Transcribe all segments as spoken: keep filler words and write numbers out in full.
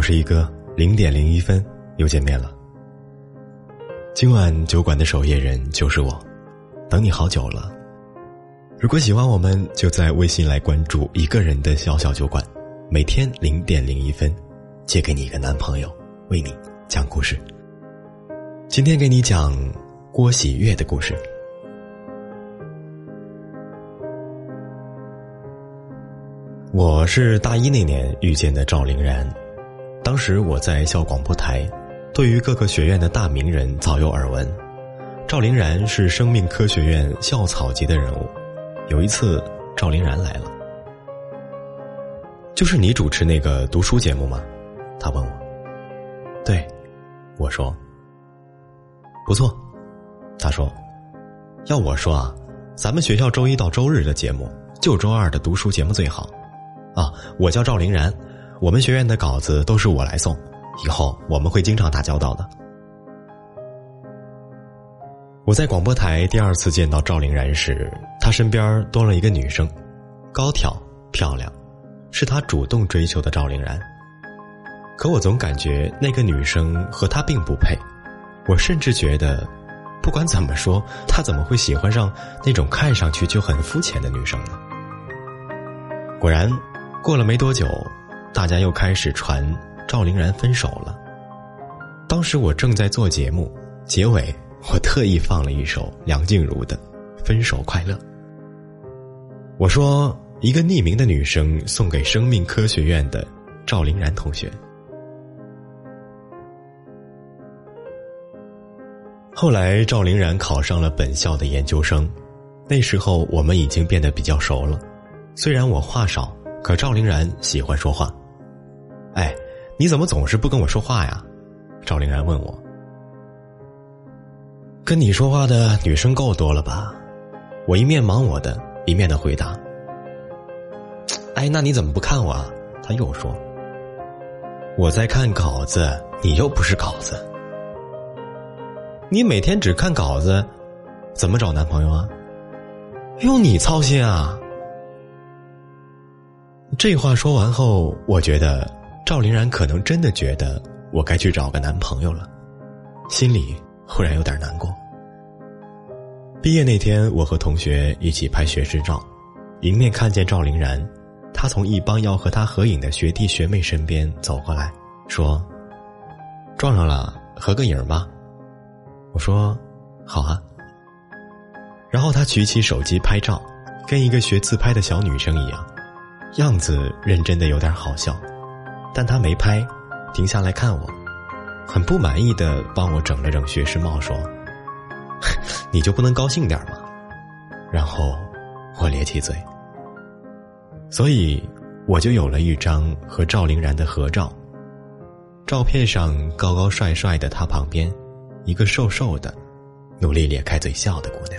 是一哥，零点零一分又见面了。今晚酒馆的守夜人就是我，等你好久了。如果喜欢我们，就在微信来关注一个人的小小酒馆，每天零点零一分，借给你一个男朋友，为你讲故事。今天给你讲郭喜悦的故事。我是大一那年遇见的赵凌然，当时我在校广播台，对于各个学院的大名人早有耳闻。赵凌然是生命科学院校草级的人物。有一次赵凌然来了。就是你主持那个读书节目吗？他问我。对，我说。不错，他说。要我说啊，咱们学校周一到周日的节目，就周二的读书节目最好。啊，我叫赵凌然，我们学院的稿子都是我来送，以后我们会经常打交道的。我在广播台第二次见到赵凌然时，他身边多了一个女生，高挑漂亮，是他主动追求的赵凌然。可我总感觉那个女生和他并不配，我甚至觉得不管怎么说，他怎么会喜欢上那种看上去就很肤浅的女生呢？果然过了没多久，大家又开始传赵凌然分手了。当时我正在做节目，结尾我特意放了一首梁静茹的《分手快乐》。我说，一个匿名的女生送给生命科学院的赵凌然同学。后来赵凌然考上了本校的研究生，那时候我们已经变得比较熟了。虽然我话少，可赵凌然喜欢说话。哎，你怎么总是不跟我说话呀？赵凌然问我。跟你说话的女生够多了吧？我一面忙我的，一面的回答。哎，那你怎么不看我啊？他又说。我在看稿子，你又不是稿子。你每天只看稿子，怎么找男朋友啊？用你操心啊？这话说完后，我觉得赵凌然可能真的觉得我该去找个男朋友了，心里忽然有点难过。毕业那天，我和同学一起拍学士照，迎面看见赵凌然，他从一帮要和他合影的学弟学妹身边走过来，说：撞上了，合个影吧。我说好啊。然后他举起手机拍照，跟一个学自拍的小女生一样，样子认真的有点好笑，但他没拍，停下来看我，很不满意的帮我整了整学士帽，说：你就不能高兴点吗？然后我咧起嘴。所以我就有了一张和赵凌然的合照，照片上高高帅帅的他旁边一个瘦瘦的努力咧开嘴笑的姑娘。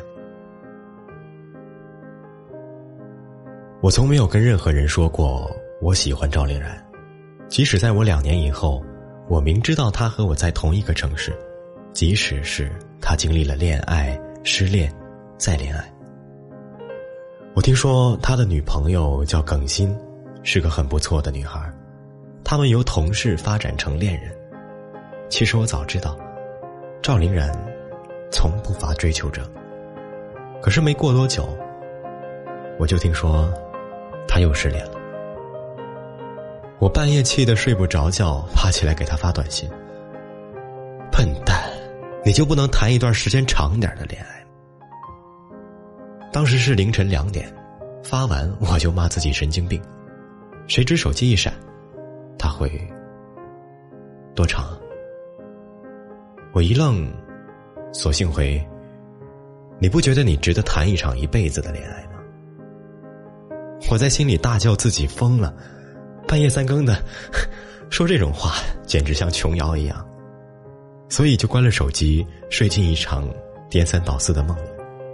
我从没有跟任何人说过我喜欢赵凌然，即使在我两年以后，我明知道他和我在同一个城市，即使是他经历了恋爱、失恋、再恋爱。我听说他的女朋友叫耿欣，是个很不错的女孩，他们由同事发展成恋人。其实我早知道赵凌然从不乏追求者，可是没过多久，我就听说他又失恋了。我半夜气得睡不着觉，爬起来给他发短信：笨蛋，你就不能谈一段时间长点的恋爱？当时是凌晨两点，发完我就骂自己神经病。谁知手机一闪，他回：多长啊？我一愣，索性回：你不觉得你值得谈一场一辈子的恋爱吗？我在心里大叫自己疯了，半夜三更的说这种话简直像琼瑶一样，所以就关了手机，睡进一场颠三倒四的梦里。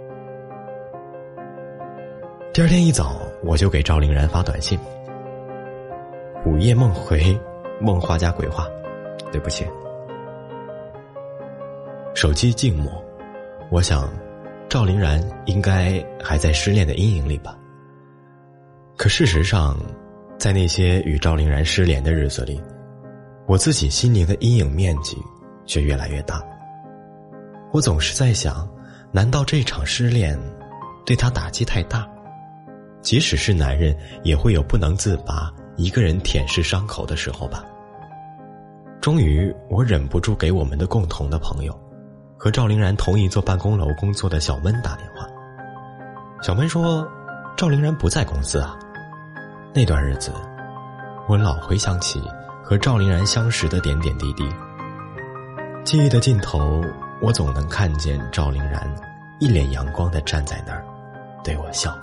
第二天一早，我就给赵凌然发短信：午夜梦回，梦话加鬼话，对不起。手机静默，我想赵凌然应该还在失恋的阴影里吧。可事实上，在那些与赵凌然失联的日子里， 我自己心灵的阴影面积却越来越大。我总是在想，难道这场失恋对他打击太大？即使是男人，也会有不能自拔，一个人舔舐伤口的时候吧。终于，我忍不住给我们的共同的朋友，和赵灵然同一座办公楼工作的小闷打电话。小闷说，赵灵然不在公司啊。那段日子，我老回想起和赵灵然相识的点点滴滴。记忆的尽头，我总能看见赵灵然一脸阳光地站在那儿，对我笑。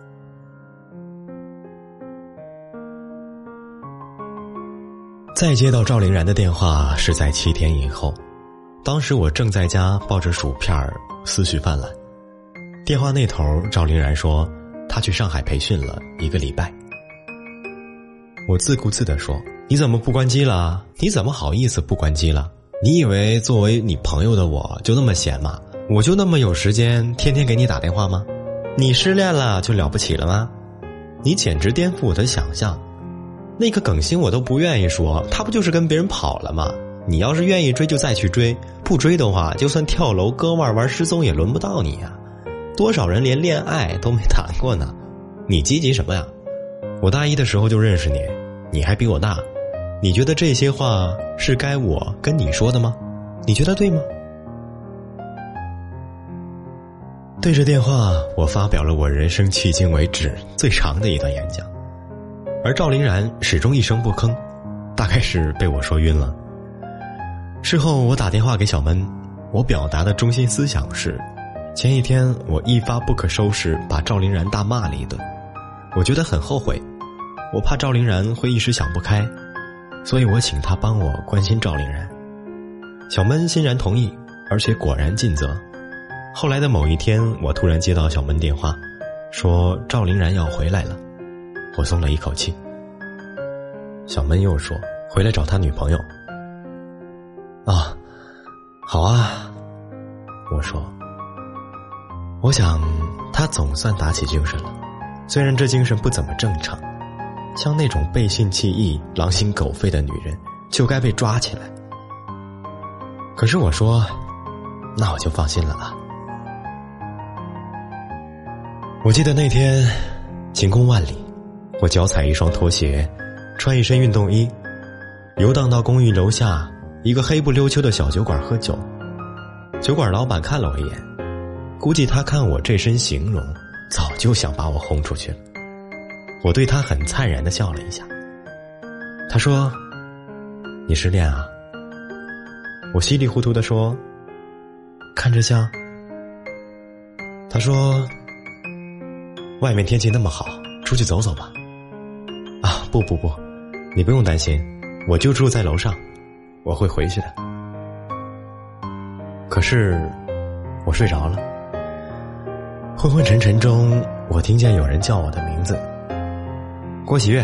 再接到赵灵然的电话是在七天以后，当时我正在家抱着薯片思绪泛滥。电话那头赵灵然说，他去上海培训了一个礼拜。我自顾自地说，你怎么不关机了？你怎么好意思不关机了？你以为作为你朋友的我就那么闲吗？我就那么有时间天天给你打电话吗？你失恋了就了不起了吗？你简直颠覆我的想象。那个耿星我都不愿意说，他不就是跟别人跑了吗？你要是愿意追就再去追，不追的话就算跳楼割腕玩失踪也轮不到你呀、啊。多少人连恋爱都没谈过呢，你积极什么呀？我大一的时候就认识你，你还比我大，你觉得这些话是该我跟你说的吗？你觉得对吗？对着电话，我发表了我人生迄今为止最长的一段演讲，而赵灵然始终一声不吭，大概是被我说晕了。事后我打电话给小闷，我表达的中心思想是，前一天我一发不可收拾把赵灵然大骂了一顿，我觉得很后悔，我怕赵灵然会一时想不开，所以我请他帮我关心赵灵然。小闷欣然同意，而且果然尽责。后来的某一天，我突然接到小闷电话，说赵灵然要回来了，我松了一口气。小闷又说回来找他女朋友。啊，好啊，我说。我想他总算打起精神了，虽然这精神不怎么正常，像那种背信弃义、狼心狗肺的女人就该被抓起来。可是我说，那我就放心了啊。我记得那天晴空万里，我脚踩一双拖鞋，穿一身运动衣，游荡到公寓楼下一个黑不溜秋的小酒馆喝酒。酒馆老板看了我一眼，估计他看我这身形容，早就想把我轰出去了。我对他很灿然地笑了一下。他说，你失恋啊？我稀里糊涂地说，看着像。他说，外面天气那么好，出去走走吧。啊，不不不，你不用担心，我就住在楼上，我会回去的。可是我睡着了，昏昏沉沉中，我听见有人叫我的名字，郭喜月。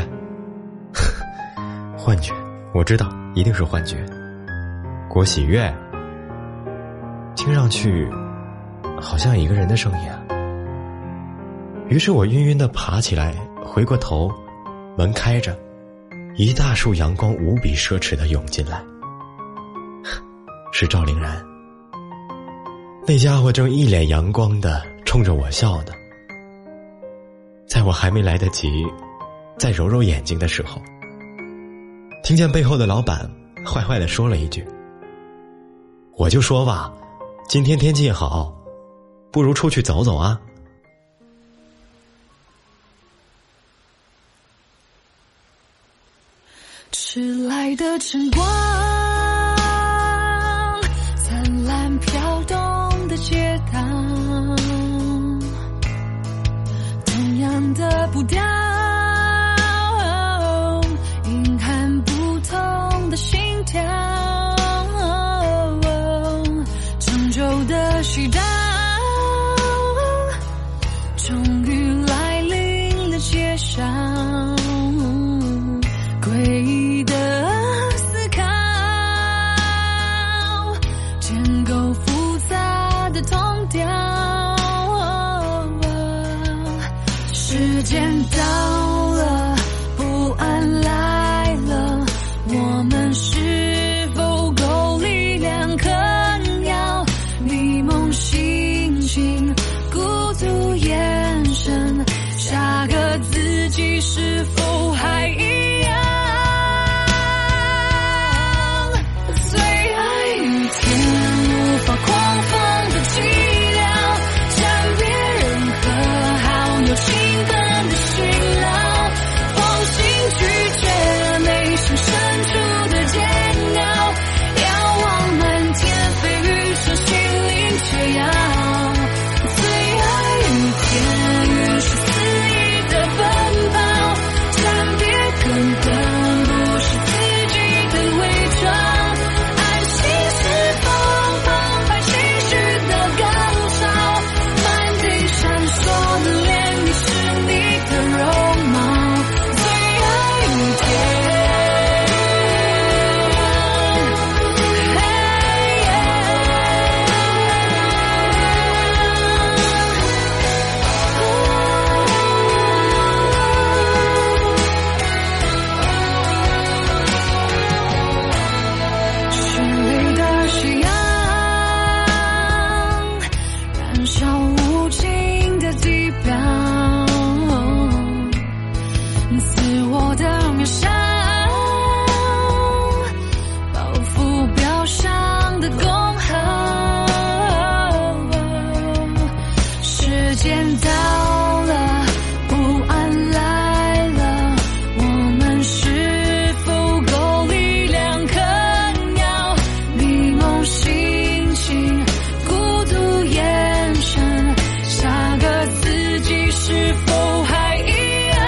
幻觉，我知道一定是幻觉。郭喜月，听上去好像一个人的声音啊。于是我晕晕地爬起来，回过头，门开着，一大束阳光无比奢侈地涌进来，是赵灵然。那家伙正一脸阳光地冲着我笑呢。在我还没来得及再揉揉眼睛的时候，听见背后的老板坏坏地说了一句，我就说吧，今天天气好，不如出去走走啊。 迟来的晨光，灿烂飘动的街道，同样的步调，隐含不同的心跳，郑州的西岛，终于来临了街上，诡异的思考，建构复杂的同调，时间到是否还一样？最爱雨天，无法狂放的寂寥，沾别人和好友情感的辛劳，放心拒绝内心深处的煎熬，遥望满天飞雨成心灵解药。最爱雨天，允许肆意的奔跑，暂别根本不是自己的伪装，安心释放澎湃情绪的高潮，满地闪烁的涟漪是你的容貌。最爱雨天，绚丽的夕阳，燃烧无尽的地表，自我的渺小，包袱表上的恭候。时间到了，不安来了，我们是否够力量啃咬？迷蒙心情，孤独眼神，下个自己是否还一样？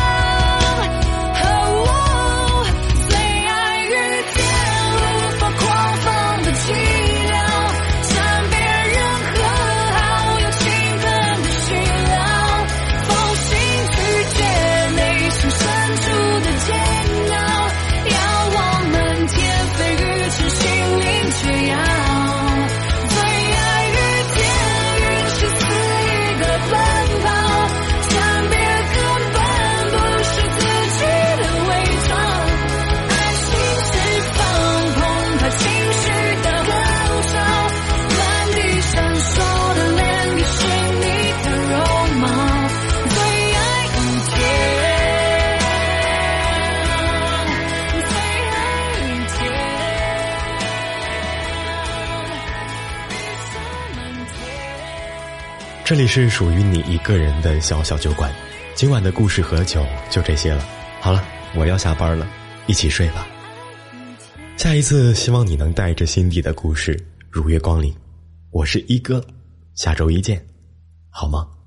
哦，最爱雨天，无法狂放的寂寥，沾别人和好友情感的辛劳，放心拒绝内心深处的煎熬，遥望满天飞雨成心灵解药。最爱雨天，允许肆意的奔跑，暂别根本不是自己的伪装，安心释放澎湃情绪的高潮，满地闪烁的涟漪是你的容貌。最爱雨天，最爱雨天，雨洒满天。 这里是属于你一个人的小小酒馆，今晚的故事和酒就这些了。好了，我要下班了，一起睡吧。下一次希望你能带着心底的故事如约光临。我是一哥，下周一见，好吗？